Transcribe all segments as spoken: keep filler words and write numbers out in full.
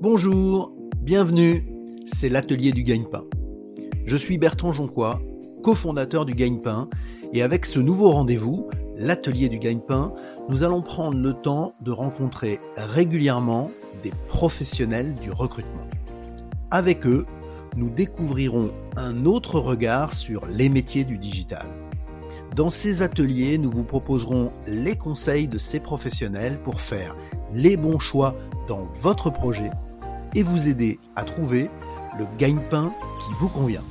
Bonjour, bienvenue, c'est l'atelier du gagne-pain. Je suis Bertrand Jonquois, cofondateur du Gagne-Pain, et avec ce nouveau rendez-vous, l'atelier du gagne-pain, nous allons prendre le temps de rencontrer régulièrement des professionnels du recrutement. Avec eux, nous découvrirons un autre regard sur les métiers du digital. Dans ces ateliers, nous vous proposerons les conseils de ces professionnels pour faire les bons choix dans votre projet et vous aider à trouver le gagne-pain qui vous convient.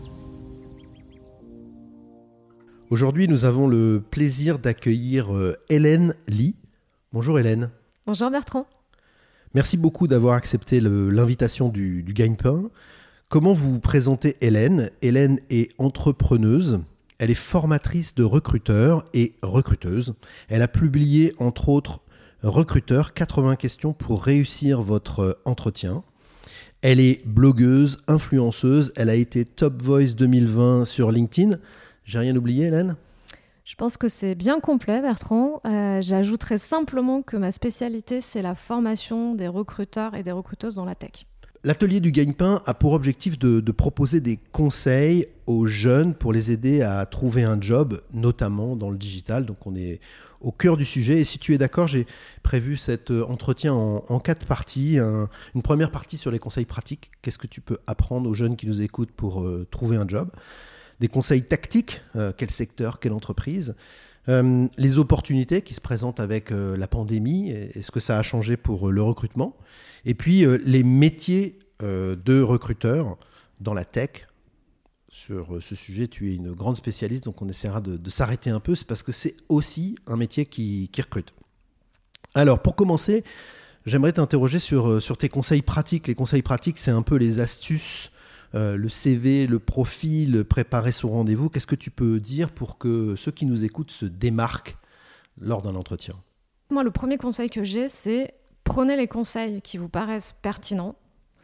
Aujourd'hui, nous avons le plaisir d'accueillir Hélène Lee. Bonjour Hélène. Bonjour Bertrand. Merci beaucoup d'avoir accepté le, l'invitation du, du Gagne-Pain. Comment vous présentez Hélène ? Hélène est entrepreneuse. Elle est formatrice de recruteurs et recruteuse. Elle a publié entre autres Recruteur, quatre-vingts questions pour réussir votre entretien. Elle est blogueuse, influenceuse. Elle a été Top Voice deux mille vingt sur LinkedIn. J'ai rien oublié, Hélène ? Je pense que c'est bien complet, Bertrand. Euh, j'ajouterais simplement que ma spécialité, c'est la formation des recruteurs et des recruteuses dans la tech. L'atelier du Gagne-Pain a pour objectif de, de proposer des conseils aux jeunes pour les aider à trouver un job, notamment dans le digital. Donc on est au cœur du sujet. Et si tu es d'accord, j'ai prévu cet entretien en, en quatre parties. Un, une première partie sur les conseils pratiques. Qu'est-ce que tu peux apprendre aux jeunes qui nous écoutent pour euh, trouver un job ? Des conseils tactiques, euh, quel secteur, quelle entreprise ? Euh, les opportunités qui se présentent avec euh, la pandémie, est-ce que ça a changé pour euh, le recrutement ? Et puis euh, les métiers euh, de recruteurs dans la tech. Sur euh, ce sujet, tu es une grande spécialiste, donc on essaiera de, de s'arrêter un peu, c'est parce que c'est aussi un métier qui, qui recrute. Alors pour commencer, j'aimerais t'interroger sur, sur tes conseils pratiques. Les conseils pratiques, c'est un peu les astuces, Euh, le C V, le profil, préparer son rendez-vous. Qu'est-ce que tu peux dire pour que ceux qui nous écoutent se démarquent lors d'un entretien ? Moi, le premier conseil que j'ai, c'est prenez les conseils qui vous paraissent pertinents.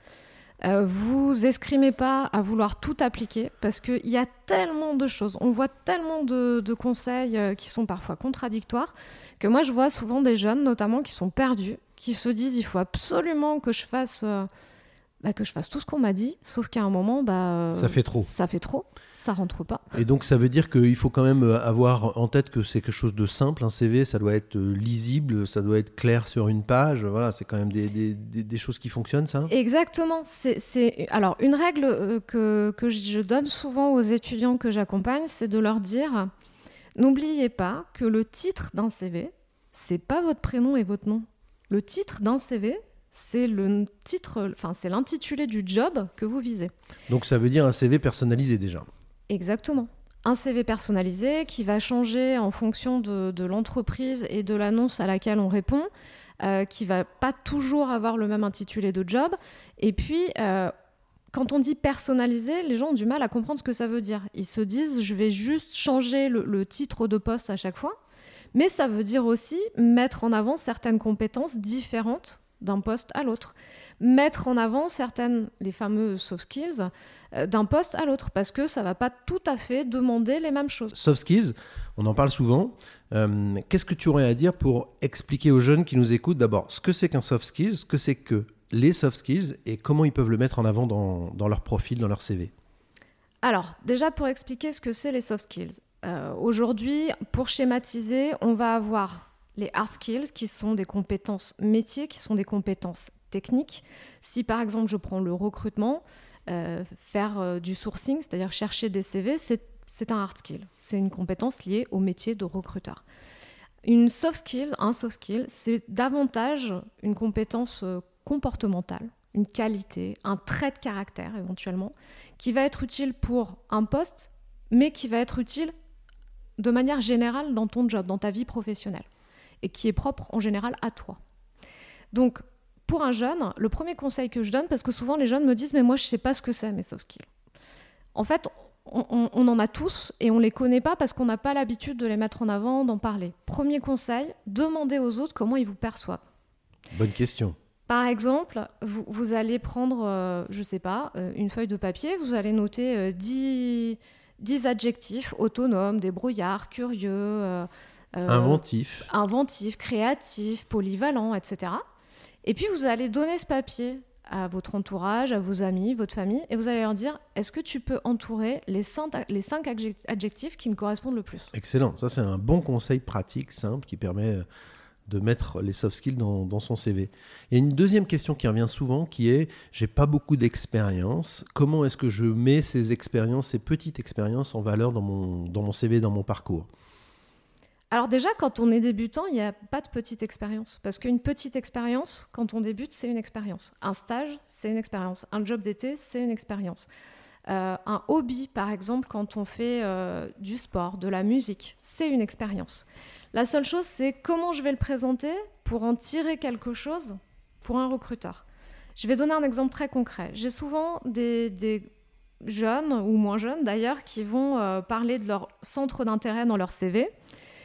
Euh, vous escrimez pas à vouloir tout appliquer parce qu'il y a tellement de choses. On voit tellement de, de conseils euh, qui sont parfois contradictoires que moi, je vois souvent des jeunes, notamment, qui sont perdus, qui se disent il faut absolument que je fasse... Euh, Bah, que je fasse tout ce qu'on m'a dit, sauf qu'à un moment, bah, ça fait trop. Ça fait trop, ça rentre pas. Et donc, ça veut dire qu'il faut quand même avoir en tête que c'est quelque chose de simple. Un C V, ça doit être lisible, ça doit être clair sur une page. Voilà, c'est quand même des, des, des, des choses qui fonctionnent, ça ? Exactement. C'est, c'est... Alors, une règle que, que je donne souvent aux étudiants que j'accompagne, c'est de leur dire « N'oubliez pas que le titre d'un C V, c'est pas votre prénom et votre nom. Le titre d'un C V, c'est le titre, enfin c'est l'intitulé du job que vous visez. » Donc ça veut dire un C V personnalisé déjà. Exactement. Un C V personnalisé qui va changer en fonction de, de l'entreprise et de l'annonce à laquelle on répond, euh, qui va pas toujours avoir le même intitulé de job. Et puis, euh, quand on dit personnalisé, les gens ont du mal à comprendre ce que ça veut dire. Ils se disent, je vais juste changer le, le titre de poste à chaque fois. Mais ça veut dire aussi mettre en avant certaines compétences différentes d'un poste à l'autre. Mettre en avant certaines, les fameux soft skills, euh, d'un poste à l'autre, parce que ça ne va pas tout à fait demander les mêmes choses. Soft skills, on en parle souvent. Euh, qu'est-ce que tu aurais à dire pour expliquer aux jeunes qui nous écoutent d'abord ce que c'est qu'un soft skills, ce que c'est que les soft skills et comment ils peuvent le mettre en avant dans, dans leur profil, dans leur C V ? Alors, déjà pour expliquer ce que c'est les soft skills. Euh, aujourd'hui, pour schématiser, on va avoir les hard skills, qui sont des compétences métiers, qui sont des compétences techniques. Si par exemple je prends le recrutement, euh, faire euh, du sourcing, c'est-à-dire chercher des C V, c'est, c'est un hard skill. C'est une compétence liée au métier de recruteur. Une soft skill, un soft skill, c'est davantage une compétence euh, comportementale, une qualité, un trait de caractère éventuellement, qui va être utile pour un poste, mais qui va être utile de manière générale dans ton job, dans ta vie professionnelle, et qui est propre en général à toi. Donc, pour un jeune, le premier conseil que je donne, parce que souvent les jeunes me disent « mais moi je ne sais pas ce que c'est mes soft skills ». En fait, on, on, on en a tous et on ne les connaît pas parce qu'on n'a pas l'habitude de les mettre en avant, d'en parler. Premier conseil, demandez aux autres comment ils vous perçoivent. Bonne question. Par exemple, vous, vous allez prendre, euh, je ne sais pas, euh, une feuille de papier, vous allez noter euh, dix, dix adjectifs autonomes, débrouillard, curieux, euh, euh, inventif. inventif, créatif, polyvalent, et cetera. Et puis vous allez donner ce papier à votre entourage, à vos amis, votre famille, et vous allez leur dire, est-ce que tu peux entourer les cinq, les cinq adjectifs qui me correspondent le plus ? Excellent. Ça, c'est un bon conseil pratique, simple, qui permet de mettre les soft skills dans, dans son C V. Il y a une deuxième question qui revient souvent, qui est « j'ai pas beaucoup d'expérience. Comment est-ce que je mets ces expériences, ces petites expériences en valeur dans mon, dans mon C V, dans mon parcours ?» Alors déjà, quand on est débutant, il n'y a pas de petite expérience. Parce qu'une petite expérience, quand on débute, c'est une expérience. Un stage, c'est une expérience. Un job d'été, c'est une expérience. Euh, un hobby, par exemple, quand on fait euh, du sport, de la musique, c'est une expérience. La seule chose, c'est comment je vais le présenter pour en tirer quelque chose pour un recruteur. Je vais donner un exemple très concret. J'ai souvent des, des jeunes, ou moins jeunes d'ailleurs, qui vont euh, parler de leur centre d'intérêt dans leur C V.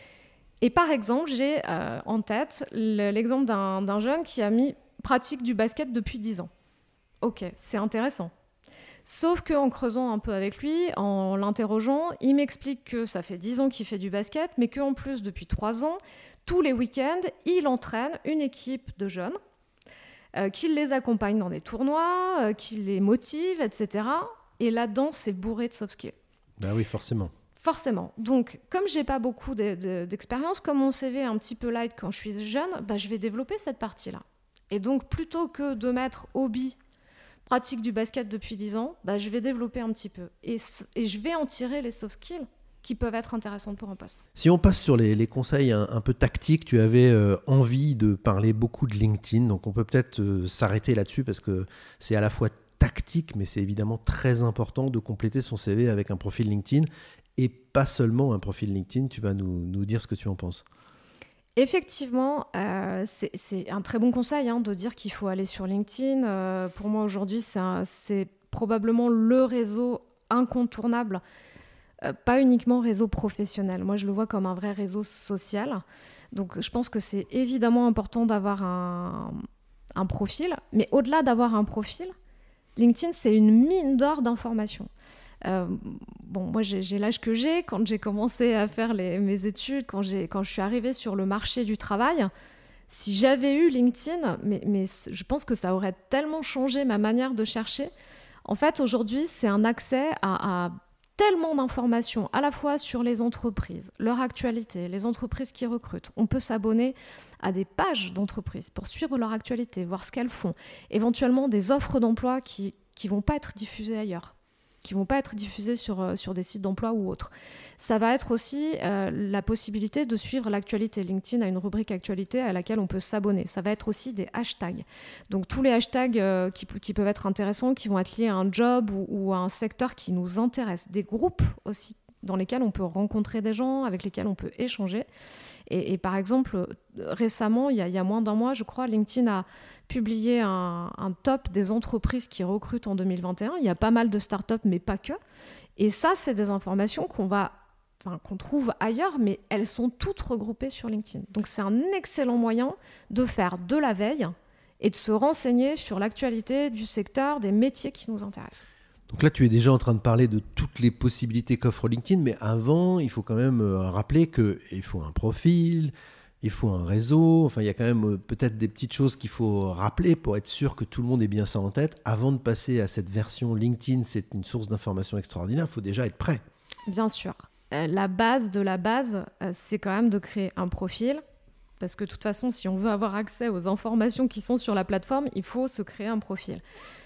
Et par exemple, j'ai euh, en tête l'exemple d'un, d'un jeune qui a mis pratique du basket depuis dix ans. Ok, c'est intéressant. Sauf qu'en creusant un peu avec lui, en l'interrogeant, il m'explique que ça fait dix ans qu'il fait du basket, mais qu'en plus, depuis trois ans, tous les week-ends, il entraîne une équipe de jeunes, euh, qu'il les accompagne dans des tournois, euh, qu'il les motive, et cetera. Et là-dedans, c'est bourré de soft skills. Ben oui, forcément. Forcément. Donc, comme j'ai pas beaucoup de, de, d'expérience, comme mon C V est un petit peu light quand je suis jeune, bah, je vais développer cette partie-là. Et donc, plutôt que de mettre hobby, pratique du basket depuis dix ans, bah, je vais développer un petit peu. Et, et je vais en tirer les soft skills qui peuvent être intéressantes pour un poste. Si on passe sur les, les conseils un, un peu tactiques, tu avais euh, envie de parler beaucoup de LinkedIn, donc on peut peut-être euh, s'arrêter là-dessus parce que c'est à la fois tactique, mais c'est évidemment très important de compléter son C V avec un profil LinkedIn. Et pas seulement un profil LinkedIn, tu vas nous, nous dire ce que tu en penses. Effectivement, euh, c'est, c'est un très bon conseil hein, de dire qu'il faut aller sur LinkedIn. Euh, pour moi, aujourd'hui, c'est, un, c'est probablement le réseau incontournable, euh, pas uniquement réseau professionnel. Moi, je le vois comme un vrai réseau social. Donc, je pense que c'est évidemment important d'avoir un, un profil. Mais au-delà d'avoir un profil, LinkedIn, c'est une mine d'or d'informations. Euh, bon, moi, j'ai, j'ai l'âge que j'ai. Quand j'ai commencé à faire les, mes études, quand, j'ai, quand je suis arrivée sur le marché du travail, si j'avais eu LinkedIn, mais, mais je pense que ça aurait tellement changé ma manière de chercher. En fait, aujourd'hui, c'est un accès à, à tellement d'informations, à la fois sur les entreprises, leur actualité, les entreprises qui recrutent. On peut s'abonner à des pages d'entreprises pour suivre leur actualité, voir ce qu'elles font. Éventuellement, des offres d'emploi qui ne vont pas être diffusées ailleurs, qui ne vont pas être diffusés sur, euh, sur des sites d'emploi ou autres. Ça va être aussi euh, la possibilité de suivre l'actualité. LinkedIn a une rubrique actualité à laquelle on peut s'abonner. Ça va être aussi des hashtags. Donc tous les hashtags euh, qui, qui peuvent être intéressants, qui vont être liés à un job ou, ou à un secteur qui nous intéresse. Des groupes aussi dans lesquels on peut rencontrer des gens, avec lesquels on peut échanger. Et, et par exemple, récemment, il y, a, il y a moins d'un mois, je crois, LinkedIn a publié un, un top des entreprises qui recrutent en deux mille vingt et un. Il y a pas mal de startups, mais pas que. Et ça, c'est des informations qu'on va, enfin, qu'on trouve ailleurs, mais elles sont toutes regroupées sur LinkedIn. Donc, c'est un excellent moyen de faire de la veille et de se renseigner sur l'actualité du secteur, des métiers qui nous intéressent. Donc là, tu es déjà en train de parler de toutes les possibilités qu'offre LinkedIn, mais avant, il faut quand même euh, rappeler qu'il faut un profil, il faut un réseau, enfin, il y a quand même euh, peut-être des petites choses qu'il faut rappeler pour être sûr que tout le monde ait bien ça en tête. Avant de passer à cette version LinkedIn, c'est une source d'information extraordinaire, il faut déjà être prêt. Bien sûr. Euh, la base de la base, euh, c'est quand même de créer un profil, parce que de toute façon, si on veut avoir accès aux informations qui sont sur la plateforme, il faut se créer un profil.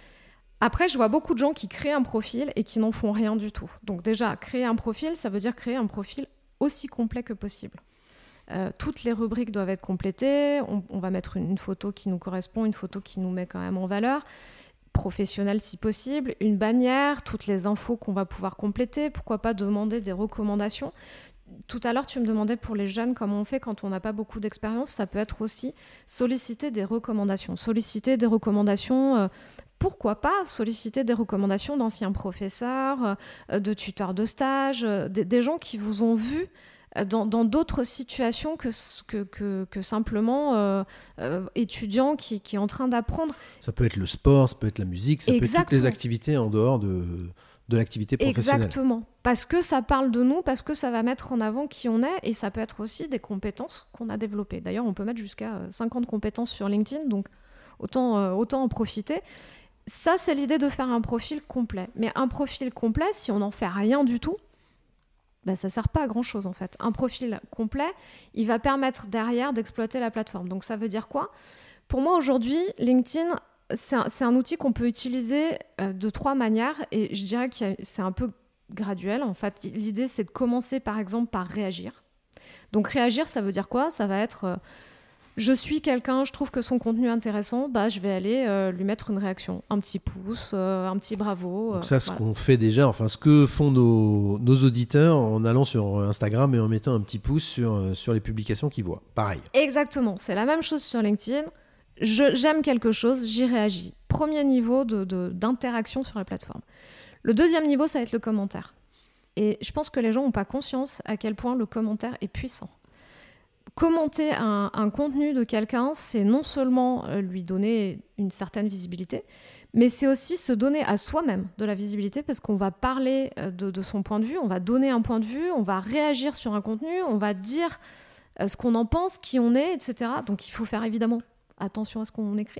Après, je vois beaucoup de gens qui créent un profil et qui n'en font rien du tout. Donc déjà, créer un profil, ça veut dire créer un profil aussi complet que possible. Euh, toutes les rubriques doivent être complétées. On, on va mettre une, une photo qui nous correspond, une photo qui nous met quand même en valeur. Professionnelle si possible, une bannière, toutes les infos qu'on va pouvoir compléter. Pourquoi pas demander des recommandations. Tout à l'heure, tu me demandais pour les jeunes comment on fait quand on n'a pas beaucoup d'expérience. Ça peut être aussi solliciter des recommandations. Solliciter des recommandations... Euh, Pourquoi pas solliciter des recommandations d'anciens professeurs, euh, de tuteurs de stage, euh, des, des gens qui vous ont vu euh, dans, dans d'autres situations que, que, que, que simplement euh, euh, étudiants qui, qui est en train d'apprendre. Ça peut être le sport, ça peut être la musique, ça Exactement. peut être toutes les activités en dehors de, de l'activité professionnelle. Exactement. Parce que ça parle de nous, parce que ça va mettre en avant qui on est, et ça peut être aussi des compétences qu'on a développées. D'ailleurs, on peut mettre jusqu'à cinquante compétences sur LinkedIn, donc autant, euh, autant en profiter. Ça, c'est l'idée de faire un profil complet. Mais un profil complet, si on n'en fait rien du tout, ben, ça ne sert pas à grand-chose en fait. Un profil complet, il va permettre derrière d'exploiter la plateforme. Donc ça veut dire quoi ? Pour moi aujourd'hui, LinkedIn, c'est un, c'est un outil qu'on peut utiliser euh, de trois manières et je dirais que c'est un peu graduel. En fait, l'idée c'est de commencer par exemple par réagir. Donc réagir, ça veut dire quoi ? Ça va être... Euh, je suis quelqu'un, je trouve que son contenu est intéressant, bah, je vais aller euh, lui mettre une réaction, un petit pouce, euh, un petit bravo. Donc ça, euh, ce voilà. qu'on fait déjà, enfin ce que font nos, nos auditeurs en allant sur Instagram et en mettant un petit pouce sur, sur les publications qu'ils voient. Pareil. Exactement, c'est la même chose sur LinkedIn. Je, j'aime quelque chose, j'y réagis. Premier niveau de, de, d'interaction sur la plateforme. Le deuxième niveau, ça va être le commentaire. Et je pense que les gens n'ont pas conscience à quel point le commentaire est puissant. Commenter un, un contenu de quelqu'un, c'est non seulement lui donner une certaine visibilité, mais c'est aussi se donner à soi-même de la visibilité parce qu'on va parler de, de son point de vue, on va donner un point de vue, on va réagir sur un contenu, on va dire ce qu'on en pense, qui on est, et cetera. Donc il faut faire évidemment attention à ce qu'on écrit,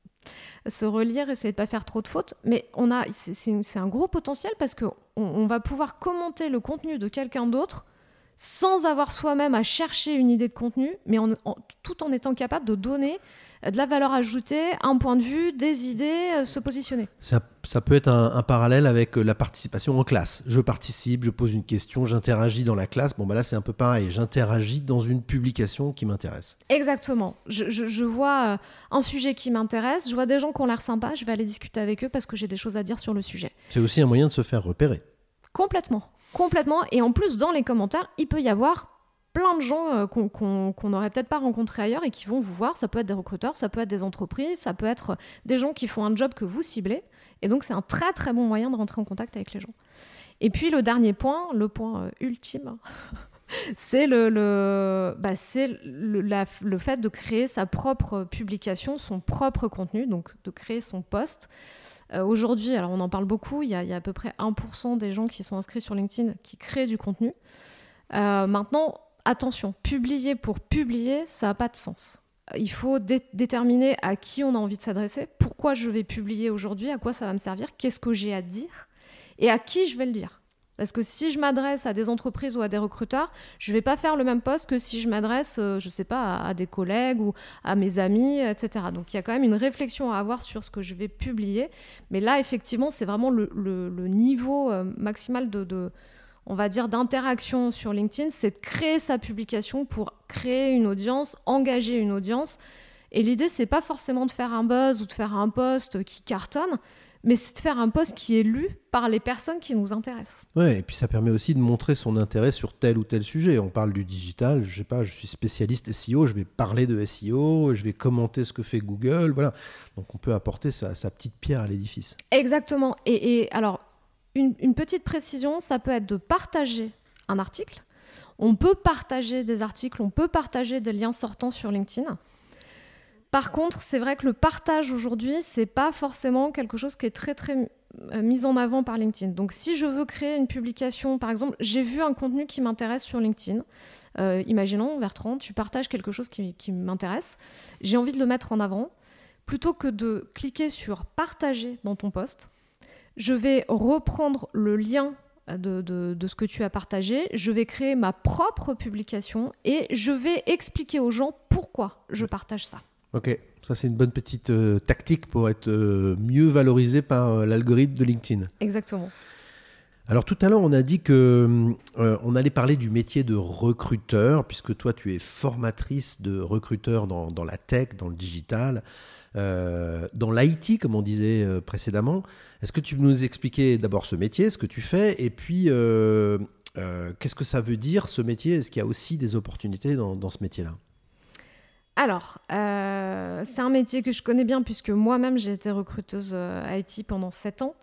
se relire, essayer de ne pas faire trop de fautes, mais on a, c'est, c'est, c'est un gros potentiel parce qu'on on va pouvoir commenter le contenu de quelqu'un d'autre sans avoir soi-même à chercher une idée de contenu, mais en, en, tout en étant capable de donner de la valeur ajoutée, un point de vue, des idées, euh, se positionner. Ça, ça peut être un, un parallèle avec la participation en classe. Je participe, je pose une question, j'interagis dans la classe. Bon, bah là, c'est un peu pareil. J'interagis dans une publication qui m'intéresse. Exactement. Je, je, je vois euh, un sujet qui m'intéresse, je vois des gens qui ont l'air sympas, je vais aller discuter avec eux parce que j'ai des choses à dire sur le sujet. C'est aussi un moyen de se faire repérer. Complètement. Complètement. Et en plus, dans les commentaires, il peut y avoir plein de gens euh, qu'on qu'on, qu'on n'aurait peut-être pas rencontrés ailleurs et qui vont vous voir. Ça peut être des recruteurs, ça peut être des entreprises, ça peut être des gens qui font un job que vous ciblez. Et donc, c'est un très, très bon moyen de rentrer en contact avec les gens. Et puis, le dernier point, le point euh, ultime, c'est, le, le, bah, c'est le, la, le fait de créer sa propre publication, son propre contenu, donc de créer son post. Euh, aujourd'hui, alors on en parle beaucoup, il y, a, il y a à peu près un pour cent des gens qui sont inscrits sur LinkedIn qui créent du contenu. Euh, maintenant, attention, publier pour publier, ça n'a pas de sens. Il faut dé- déterminer à qui on a envie de s'adresser, pourquoi je vais publier aujourd'hui, à quoi ça va me servir, qu'est-ce que j'ai à dire et à qui je vais le dire. Parce que si je m'adresse à des entreprises ou à des recruteurs, je ne vais pas faire le même post que si je m'adresse, euh, je ne sais pas, à, à des collègues ou à mes amis, et cetera. Donc, il y a quand même une réflexion à avoir sur ce que je vais publier. Mais là, effectivement, c'est vraiment le, le, le niveau euh, maximal de, de, on va dire, d'interaction sur LinkedIn. C'est de créer sa publication pour créer une audience, engager une audience. Et l'idée, ce n'est pas forcément de faire un buzz ou de faire un post qui cartonne, mais c'est de faire un post qui est lu par les personnes qui nous intéressent. Ouais, et puis ça permet aussi de montrer son intérêt sur tel ou tel sujet. On parle du digital, je sais pas, je suis spécialiste S E O, je vais parler de S E O, je vais commenter ce que fait Google, voilà. Donc on peut apporter sa, sa petite pierre à l'édifice. Exactement. Et, et alors, une, une petite précision, ça peut être de partager un article. On peut partager des articles, on peut partager des liens sortants sur LinkedIn. Par contre, c'est vrai que le partage aujourd'hui, c'est pas forcément quelque chose qui est très très euh, mis en avant par LinkedIn. Donc, si je veux créer une publication, par exemple, j'ai vu un contenu qui m'intéresse sur LinkedIn. Euh, imaginons, Bertrand, tu partages quelque chose qui, qui m'intéresse. J'ai envie de le mettre en avant. Plutôt que de cliquer sur partager dans ton post, je vais reprendre le lien de, de, de ce que tu as partagé. Je vais créer ma propre publication et je vais expliquer aux gens pourquoi je partage ça. Ok, ça c'est une bonne petite euh, tactique pour être euh, mieux valorisé par euh, l'algorithme de LinkedIn. Exactement. Alors tout à l'heure, on a dit que euh, on allait parler du métier de recruteur, puisque toi tu es formatrice de recruteur dans, dans la tech, dans le digital, euh, dans l'I T comme on disait euh, précédemment. Est-ce que tu peux nous expliquer d'abord ce métier, ce que tu fais, et puis euh, euh, qu'est-ce que ça veut dire ce métier ? Est-ce qu'il y a aussi des opportunités dans, dans ce métier-là ? Alors, euh, c'est un métier que je connais bien puisque moi-même j'ai été recruteuse euh, I T pendant sept ans.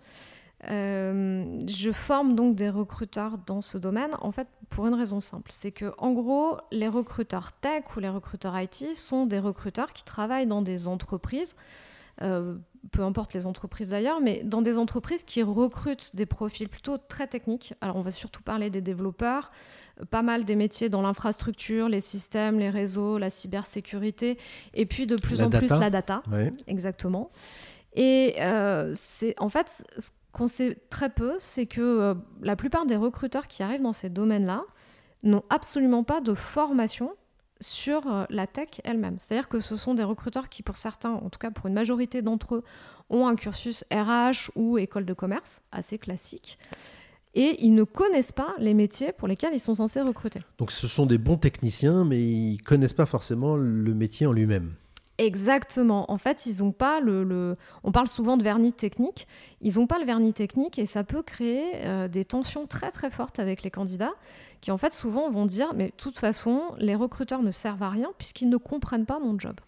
Euh, je forme donc des recruteurs dans ce domaine, en fait, pour une raison simple. C'est que, en gros, les recruteurs tech ou les recruteurs I T sont des recruteurs qui travaillent dans des entreprises euh, peu importe les entreprises d'ailleurs, mais dans des entreprises qui recrutent des profils plutôt très techniques. Alors on va surtout parler des développeurs, euh, pas mal des métiers dans l'infrastructure, les systèmes, les réseaux, la cybersécurité, et puis de plus La en data. plus la data, Ouais. exactement. Et euh, c'est en fait ce qu'on sait très peu, c'est que euh, la plupart des recruteurs qui arrivent dans ces domaines-là n'ont absolument pas de formation sur euh, la tech elle-même. C'est-à-dire que ce sont des recruteurs qui, pour certains, en tout cas pour une majorité d'entre eux, ont un cursus R H ou école de commerce assez classique. Et ils ne connaissent pas les métiers pour lesquels ils sont censés recruter. Donc ce sont des bons techniciens, mais ils ne connaissent pas forcément le métier en lui-même. Exactement. En fait, ils ont pas le, le... On parle souvent de vernis technique. Ils n'ont pas le vernis technique et ça peut créer euh, des tensions très très fortes avec les candidats qui en fait souvent vont dire mais de toute façon, les recruteurs ne servent à rien puisqu'ils ne comprennent pas mon job.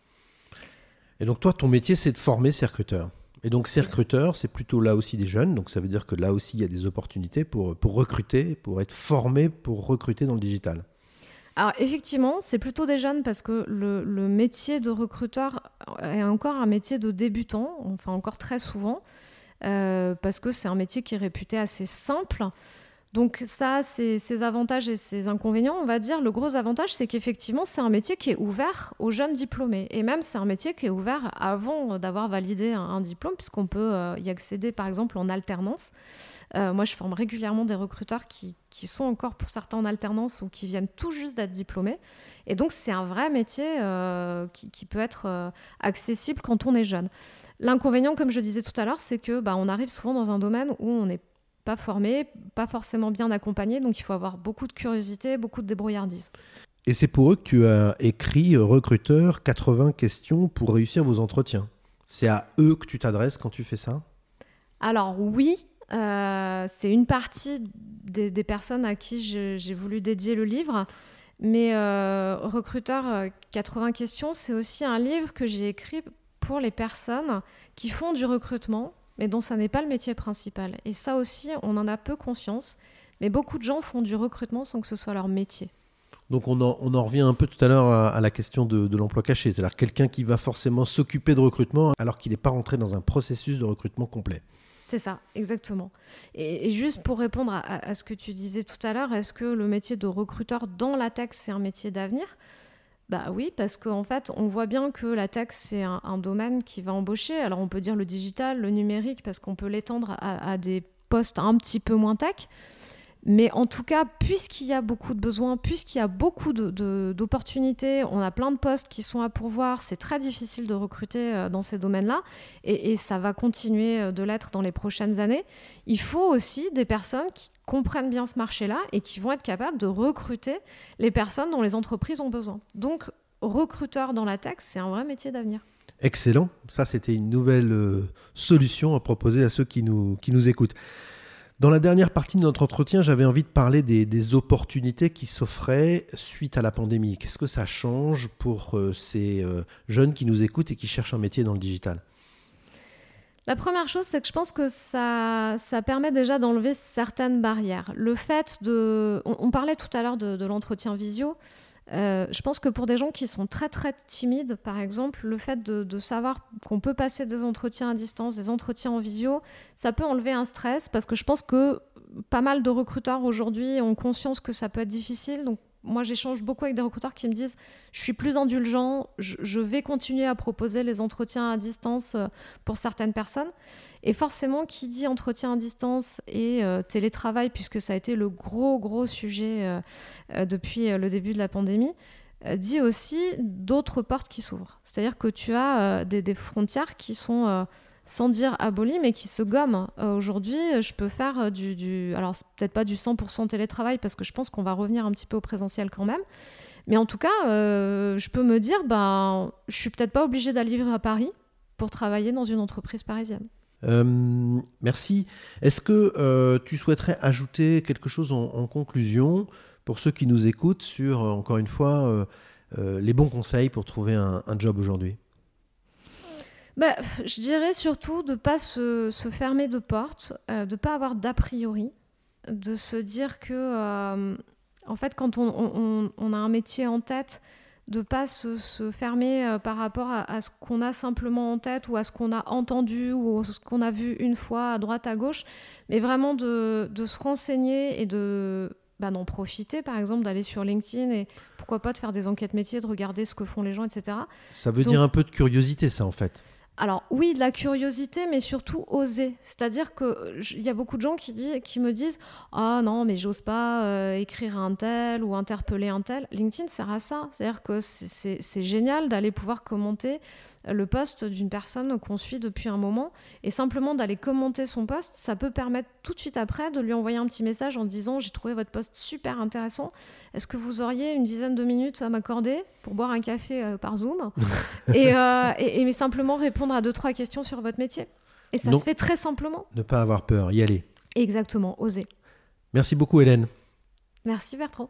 Et donc toi, ton métier, c'est de former ces recruteurs. Et donc ces recruteurs, c'est plutôt là aussi des jeunes. Donc ça veut dire que là aussi, il y a des opportunités pour, pour recruter, pour être formés, pour recruter dans le digital. Alors effectivement, c'est plutôt des jeunes parce que le, le métier de recruteur est encore un métier de débutant, enfin encore très souvent, euh, parce que c'est un métier qui est réputé assez simple. Donc ça, c'est ses avantages et ses inconvénients, on va dire. Le gros avantage, c'est qu'effectivement, c'est un métier qui est ouvert aux jeunes diplômés. Et même, c'est un métier qui est ouvert avant d'avoir validé un, un diplôme, puisqu'on peut euh, y accéder, par exemple, en alternance. Euh, moi, je forme régulièrement des recruteurs qui, qui sont encore, pour certains, en alternance ou qui viennent tout juste d'être diplômés. Et donc, c'est un vrai métier euh, qui, qui peut être euh, accessible quand on est jeune. L'inconvénient, comme je disais tout à l'heure, c'est que bah, on arrive souvent dans un domaine où on n'est pas formé, pas forcément bien accompagné, donc il faut avoir beaucoup de curiosité, beaucoup de débrouillardise. Et c'est pour eux que tu as écrit Recruteur quatre-vingts questions pour réussir vos entretiens. C'est à eux que tu t'adresses quand tu fais ça ? Alors oui, euh, c'est une partie des, des personnes à qui je, j'ai voulu dédier le livre, mais euh, Recruteur quatre-vingts questions, c'est aussi un livre que j'ai écrit pour les personnes qui font du recrutement, mais dont ça n'est pas le métier principal. Et ça aussi, on en a peu conscience, mais beaucoup de gens font du recrutement sans que ce soit leur métier. Donc on en, on en revient un peu tout à l'heure à, à la question de, de l'emploi caché, c'est-à-dire quelqu'un qui va forcément s'occuper de recrutement alors qu'il n'est pas rentré dans un processus de recrutement complet. C'est ça, exactement. Et, et juste pour répondre à, à ce que tu disais tout à l'heure, est-ce que le métier de recruteur dans la tech, c'est un métier d'avenir ? Bah oui, parce qu'en fait, on voit bien que la tech, c'est un, un domaine qui va embaucher. Alors, on peut dire le digital, le numérique, parce qu'on peut l'étendre à, à des postes un petit peu moins tech. Mais en tout cas, puisqu'il y a beaucoup de besoins, puisqu'il y a beaucoup de, de, d'opportunités, on a plein de postes qui sont à pourvoir, c'est très difficile de recruter dans ces domaines-là, et, et ça va continuer de l'être dans les prochaines années. Il faut aussi des personnes qui comprennent bien ce marché-là et qui vont être capables de recruter les personnes dont les entreprises ont besoin. Donc, recruteur dans la tech, c'est un vrai métier d'avenir. Excellent. Ça, c'était une nouvelle euh, solution à proposer à ceux qui nous, qui nous écoutent. Dans la dernière partie de notre entretien, j'avais envie de parler des, des opportunités qui s'offraient suite à la pandémie. Qu'est-ce que ça change pour euh, ces euh, jeunes qui nous écoutent et qui cherchent un métier dans le digital ? La première chose, c'est que je pense que ça, ça permet déjà d'enlever certaines barrières. Le fait de... On, on parlait tout à l'heure de, de l'entretien visio. Euh, je pense que pour des gens qui sont très très timides, par exemple, le fait de, de savoir qu'on peut passer des entretiens à distance, des entretiens en visio, ça peut enlever un stress parce que je pense que pas mal de recruteurs aujourd'hui ont conscience que ça peut être difficile. Donc moi, j'échange beaucoup avec des recruteurs qui me disent « je suis plus indulgent, je, je vais continuer à proposer les entretiens à distance pour certaines personnes ». Et forcément, qui dit entretien à distance et euh, télétravail, puisque ça a été le gros, gros sujet euh, euh, depuis euh, le début de la pandémie, euh, dit aussi d'autres portes qui s'ouvrent. C'est-à-dire que tu as euh, des, des frontières qui sont... Euh, sans dire aboli, mais qui se gomme. Euh, aujourd'hui, je peux faire du, du... Alors, c'est peut-être pas du cent pour cent télétravail, parce que je pense qu'on va revenir un petit peu au présentiel quand même. Mais en tout cas, euh, je peux me dire, ben, je suis peut-être pas obligée d'aller vivre à Paris pour travailler dans une entreprise parisienne. Euh, merci. Est-ce que euh, tu souhaiterais ajouter quelque chose en, en conclusion pour ceux qui nous écoutent sur, encore une fois, euh, euh, les bons conseils pour trouver un, un job aujourd'hui ? Bah, je dirais surtout de ne pas se, se fermer de porte, euh, de ne pas avoir d'a priori, de se dire que, euh, en fait, quand on, on, on a un métier en tête, de pas se, se fermer euh, par rapport à, à ce qu'on a simplement en tête ou à ce qu'on a entendu ou à ce qu'on a vu une fois à droite, à gauche, mais vraiment de, de se renseigner et de, bah, d'en profiter, par exemple, d'aller sur LinkedIn et pourquoi pas de faire des enquêtes métiers, de regarder ce que font les gens, et cetera. Ça veut Donc, dire un peu de curiosité, ça, en fait. Alors oui, de la curiosité, mais surtout oser. C'est-à-dire qu'il y a beaucoup de gens qui, dit, qui me disent « Ah non, mais j'ose pas euh, écrire à un tel ou interpeller un tel ». LinkedIn sert à ça. C'est-à-dire que c'est, c'est, c'est génial d'aller pouvoir commenter le post d'une personne qu'on suit depuis un moment. Et simplement d'aller commenter son post, ça peut permettre tout de suite après de lui envoyer un petit message en disant « J'ai trouvé votre post super intéressant. Est-ce que vous auriez une dizaine de minutes à m'accorder pour boire un café euh, par Zoom ?» et, euh, et, et mais simplement répondre à deux, trois questions sur votre métier. Et ça Donc, se fait très simplement. Ne pas avoir peur, y aller. Exactement, oser. Merci beaucoup, Hélène. Merci Bertrand.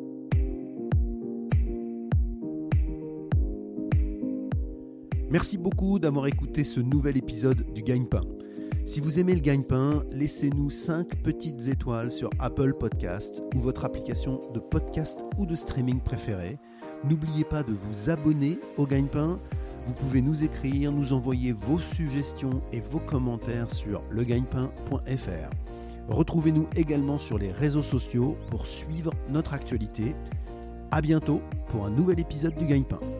Merci beaucoup d'avoir écouté ce nouvel épisode du Gagne-Pain. Si vous aimez le Gagne-Pain, laissez-nous cinq petites étoiles sur Apple Podcasts ou votre application de podcast ou de streaming préférée. N'oubliez pas de vous abonner au Gagne-Pain. Vous pouvez nous écrire, nous envoyer vos suggestions et vos commentaires sur le gagne pain point f r. Retrouvez-nous également sur les réseaux sociaux pour suivre notre actualité. À bientôt pour un nouvel épisode du Gagne-Pain.